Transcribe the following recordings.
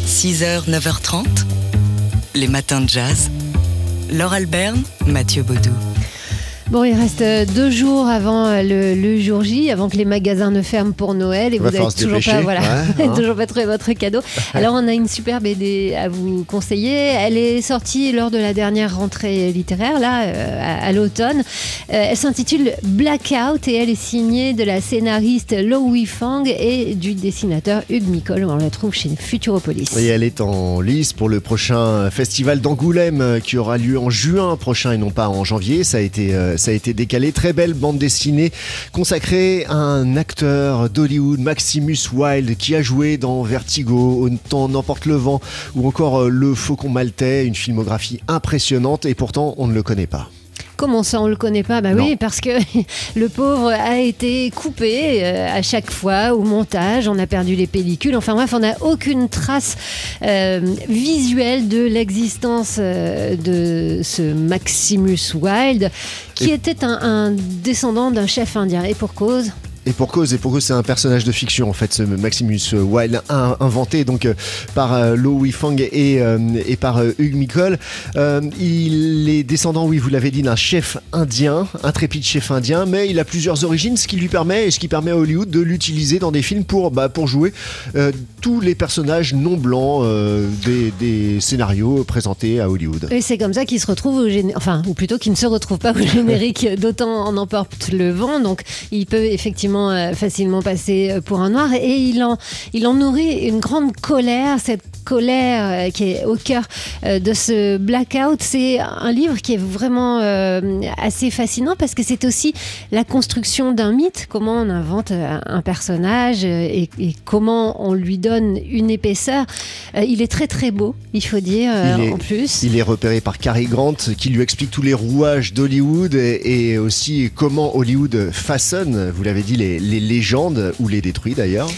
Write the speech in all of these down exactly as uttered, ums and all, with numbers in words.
six heures, neuf heures trente, les matins de jazz. Laure Alberne, Mathieu Baudou. Bon, il reste deux jours avant le, le jour J, avant que les magasins ne ferment pour Noël, et vous n'avez toujours pas, voilà, ouais, hein. toujours pas trouvé votre cadeau. Alors, on a une super B D à vous conseiller. Elle est sortie lors de la dernière rentrée littéraire, là, euh, à, à l'automne. Euh, elle s'intitule Blackout et elle est signée de la scénariste Lo Wei Fang et du dessinateur Hugues Micol. On la trouve chez Futuropolis. Et elle est en lice pour le prochain festival d'Angoulême qui aura lieu en juin prochain et non pas en janvier. Ça a été euh, Ça a été décalé. Très belle bande dessinée consacrée à un acteur d'Hollywood, Maximus Wilde, qui a joué dans Vertigo, Au temps n'emporte le vent ou encore Le Faucon Maltais. Une filmographie impressionnante et pourtant on ne le connaît pas. Comment ça, on ne le connaît pas ? Bah oui, parce que le pauvre a été coupé euh, à chaque fois au montage. On a perdu les pellicules. Enfin bref, on n'a aucune trace euh, visuelle de l'existence euh, de ce Maximus Wilde, qui et... était un, un descendant d'un chef indien. Et pour cause... Et pour cause, et pour cause, c'est un personnage de fiction en fait, ce Maximus Wilde, inventé donc euh, par euh, Lo Wei Fang et, euh, et par euh, Hugues Micol. Euh, il est descendant, oui, vous l'avez dit, d'un chef indien, intrépide chef indien, mais il a plusieurs origines, ce qui lui permet, et ce qui permet à Hollywood de l'utiliser dans des films pour, bah, pour jouer euh, tous les personnages non blancs euh, des, des scénarios présentés à Hollywood. Et c'est comme ça qu'il se retrouve au générique, enfin, ou plutôt qu'il ne se retrouve pas au générique d'Autant en emporte le vent. Donc, il peut effectivement facilement passer pour un noir et il en, il en nourrit une grande colère, cette colère qui est au cœur de ce Blackout. C'est un livre qui est vraiment euh, assez fascinant parce que c'est aussi la construction d'un mythe, comment on invente un personnage et, et comment on lui donne une épaisseur. Euh, il est très très beau, il faut dire, euh, est, en plus. Il est repéré par Cary Grant qui lui explique tous les rouages d'Hollywood et, et aussi comment Hollywood façonne, vous l'avez dit, les, les légendes ou les détruit d'ailleurs.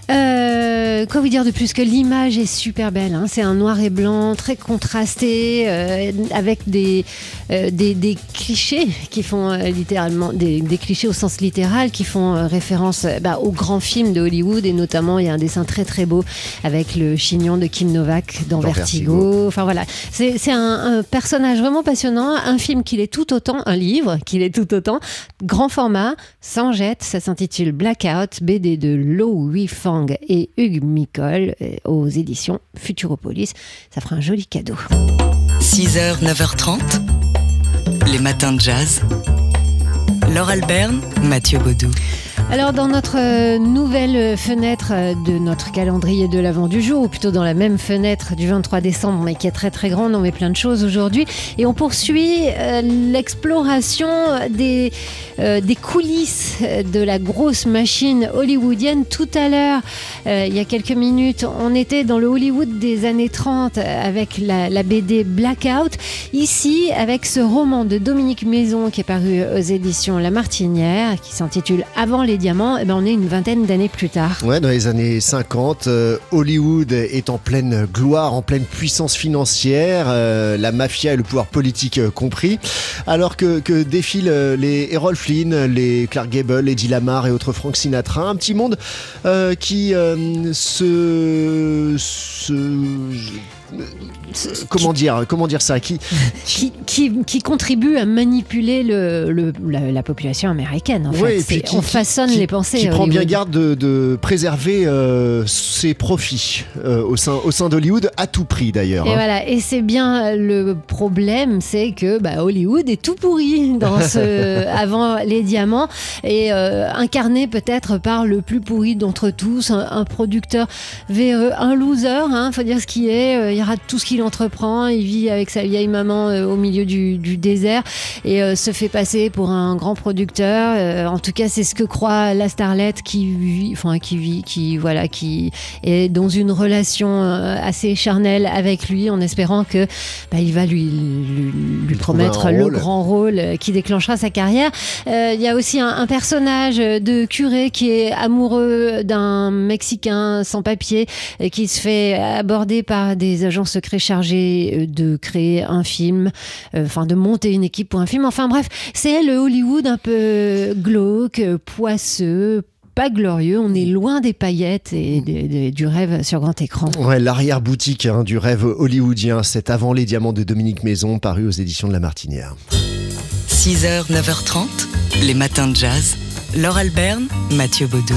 Euh, quoi vous dire de plus que l'image est super belle, hein. C'est un noir et blanc très contrasté euh, avec des, euh, des, des clichés qui font euh, littéralement des, des clichés au sens littéral qui font euh, référence euh, bah, aux grands films de Hollywood et notamment il y a un dessin très très beau avec le chignon de Kim Novak dans, dans Vertigo. Vertigo. Enfin voilà, c'est, c'est un, un personnage vraiment passionnant, un film qu'il est tout autant, un livre qu'il est tout autant, grand format, sans jette, ça s'intitule Blackout, B D de Lo Wei Fang et Hugues Micol aux éditions Futuropolis. Ça fera un joli cadeau. six heures, neuf heures trente, les matins de jazz. Laure Alberne, Mathieu Baudou. Alors dans notre nouvelle fenêtre de notre calendrier de l'Avent du jour, ou plutôt dans la même fenêtre du vingt-trois décembre, mais qui est très très grande, on met plein de choses aujourd'hui. Et on poursuit euh, l'exploration des, euh, des coulisses de la grosse machine hollywoodienne. Tout à l'heure, euh, il y a quelques minutes, on était dans le Hollywood des années trente avec la, la B D Blackout. Ici, avec ce roman de Dominique Maison qui est paru aux éditions La Martinière, qui s'intitule Avant les diamants, eh ben on est une vingtaine d'années plus tard. Ouais, dans les années cinquante, euh, Hollywood est en pleine gloire, en pleine puissance financière, euh, la mafia et le pouvoir politique euh, compris, alors que, que défilent euh, les Errol Flynn, les Clark Gable, Eddie Lamar et autres Frank Sinatra, un petit monde euh, qui euh, se... se Comment dire, comment dire ça qui, qui, qui, qui contribue à manipuler le, le, la, la population américaine. En ouais, fait. Qui, on façonne qui, les pensées. Qui prend Hollywood. bien garde de, de préserver euh, ses profits euh, au sein, au sein d'Hollywood, à tout prix d'ailleurs. Et hein. voilà, et c'est bien le problème, c'est que bah, Hollywood est tout pourri dans ce Avant les diamants et euh, incarné peut-être par le plus pourri d'entre tous, un, un producteur véreux, un loser, hein, faut dire ce qui est. Euh, il rate tout ce qu'il entreprend, il vit avec sa vieille maman euh, au milieu du, du désert et euh, se fait passer pour un grand producteur. Euh, en tout cas, c'est ce que croit la starlette qui vit, enfin qui vit, qui voilà, qui est dans une relation euh, assez charnelle avec lui, en espérant que bah, il va lui, lui, lui promettre le rôle. grand rôle qui déclenchera sa carrière. Euh, il y a aussi un, un personnage de curé qui est amoureux d'un Mexicain sans papier et qui se fait aborder par des agents secrets chargés de créer un film, euh, enfin de monter une équipe pour un film. Enfin bref, c'est le Hollywood un peu glauque, poisseux, pas glorieux. On est loin des paillettes et de, de, du rêve sur grand écran. Ouais, l'arrière-boutique hein, du rêve hollywoodien, c'est Avant les diamants de Dominique Maison, paru aux éditions de La Martinière. six heures, neuf heures trente, les matins de jazz. Laure Alberne, Mathieu Baudou.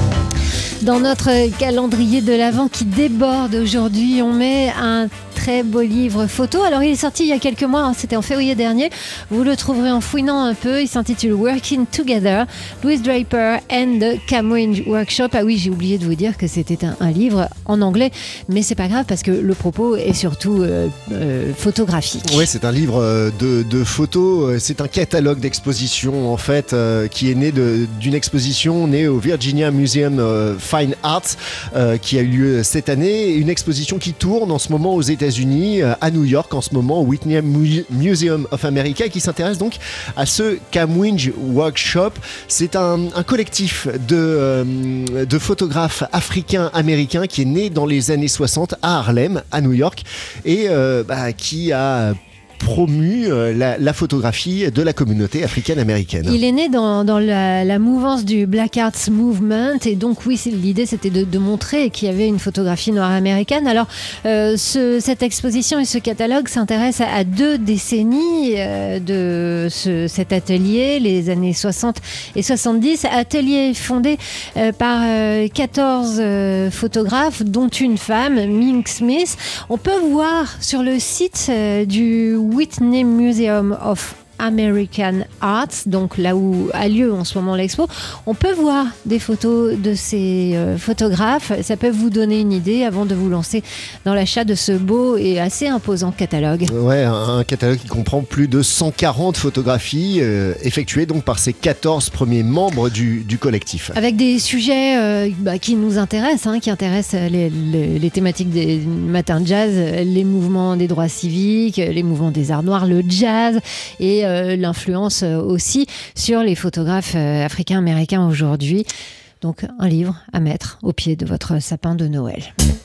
Dans notre calendrier de l'Avent qui déborde aujourd'hui, on met un très beau livre photo. Alors il est sorti il y a quelques mois, hein, c'était en février dernier. Vous le trouverez en fouinant un peu. Il s'intitule Working Together, Louise Draper and the Camwinge Workshop. Ah oui, j'ai oublié de vous dire que c'était un, un livre en anglais, mais c'est pas grave parce que le propos est surtout euh, euh, photographique. Oui, c'est un livre de, de photos. C'est un catalogue d'expositions en fait euh, qui est né de, d'une exposition née au Virginia Museum of Fine Arts euh, qui a eu lieu cette année. Une exposition qui tourne en ce moment aux États-Unis, à New York en ce moment, au Whitney Museum of America, qui s'intéresse donc à ce Camwinge Workshop. C'est un, un collectif de, euh, de photographes africains-américains qui est né dans les années soixante à Harlem, à New York, et euh, bah, qui a promu la, la photographie de la communauté africaine-américaine. Il est né dans, dans la, la mouvance du Black Arts Movement et donc oui, l'idée c'était de, de montrer qu'il y avait une photographie noire américaine. Alors euh, ce, cette exposition et ce catalogue s'intéressent à, à deux décennies euh, de ce, cet atelier, les années soixante et soixante-dix. Atelier fondé euh, par euh, quatorze euh, photographes, dont une femme, Mink Smith. On peut voir sur le site euh, du Whitney Museum of American Arts, donc là où a lieu en ce moment l'expo, on peut voir des photos de ces euh, photographes. Ça peut vous donner une idée avant de vous lancer dans l'achat de ce beau et assez imposant catalogue. Ouais, un, un catalogue qui comprend plus de cent quarante photographies euh, effectuées donc par ces quatorze premiers membres du, du collectif. Avec des sujets euh, bah, qui nous intéressent, hein, qui intéressent les, les, les thématiques des matins de jazz, les mouvements des droits civiques, les mouvements des arts noirs, le jazz et Euh, l'influence euh, aussi sur les photographes euh, africains-américains aujourd'hui. Donc un livre à mettre au pied de votre sapin de Noël.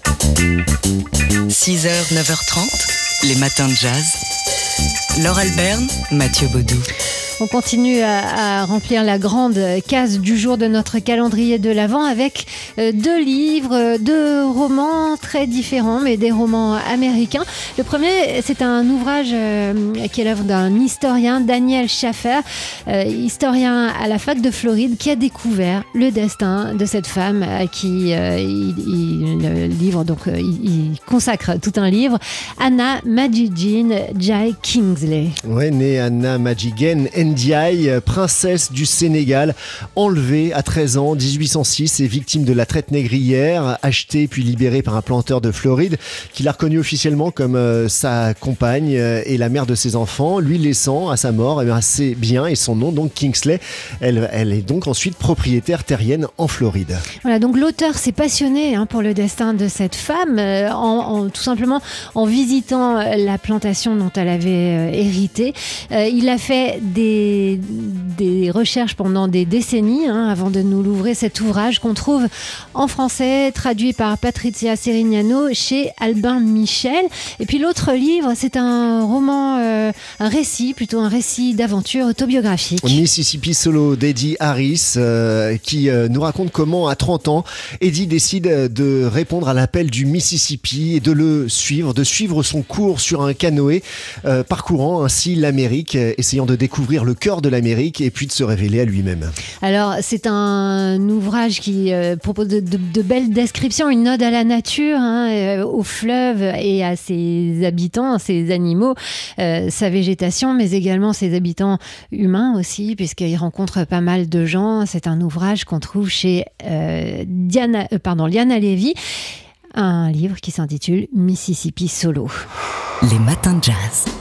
six heures, neuf heures trente, les matins de jazz. Laure Alberne, Mathieu Baudou. On continue à, à remplir la grande case du jour de notre calendrier de l'Avent avec euh, deux livres, deux romans très différents, mais des romans américains. Le premier, c'est un ouvrage euh, qui est l'œuvre d'un historien, Daniel Schaffer, euh, historien à la fac de Floride, qui a découvert le destin de cette femme à qui euh, il, il livre, donc euh, il, il consacre tout un livre, Anna Madjidjine Jai Kingsley. Ouais, née Anna Madjidjine Ndiaye, princesse du Sénégal, enlevée à treize ans, dix-huit cent six, et victime de la traite négrière, achetée puis libérée par un planteur de Floride qui l'a reconnue officiellement comme euh, sa compagne euh, et la mère de ses enfants, lui laissant à sa mort eh ses biens et son nom, donc Kingsley. Elle, elle est donc ensuite propriétaire terrienne en Floride. Voilà, donc l'auteur s'est passionné hein, pour le destin de cette femme, euh, en, en, tout simplement en visitant la plantation dont elle avait euh, hérité. Euh, il a fait des Des, des recherches pendant des décennies hein, avant de nous l'ouvrir, cet ouvrage qu'on trouve en français, traduit par Patricia Serignano chez Albin Michel. Et puis l'autre livre, c'est un roman, euh, un récit, plutôt un récit d'aventure autobiographique. Mississippi Solo d'Eddie Harris, euh, qui euh, nous raconte comment à trente ans, Eddie décide de répondre à l'appel du Mississippi et de le suivre, de suivre son cours sur un canoë, euh, parcourant ainsi l'Amérique, essayant de découvrir le cœur de l'Amérique et puis de se révéler à lui-même. Alors c'est un ouvrage qui euh, propose de, de, de belles descriptions, une ode à la nature, hein, euh, au fleuve et à ses habitants, ses animaux, euh, sa végétation, mais également ses habitants humains aussi, puisqu'il rencontre pas mal de gens. C'est un ouvrage qu'on trouve chez euh, Diana, euh, pardon, Liana Levy, un livre qui s'intitule Mississippi Solo. Les matins de jazz.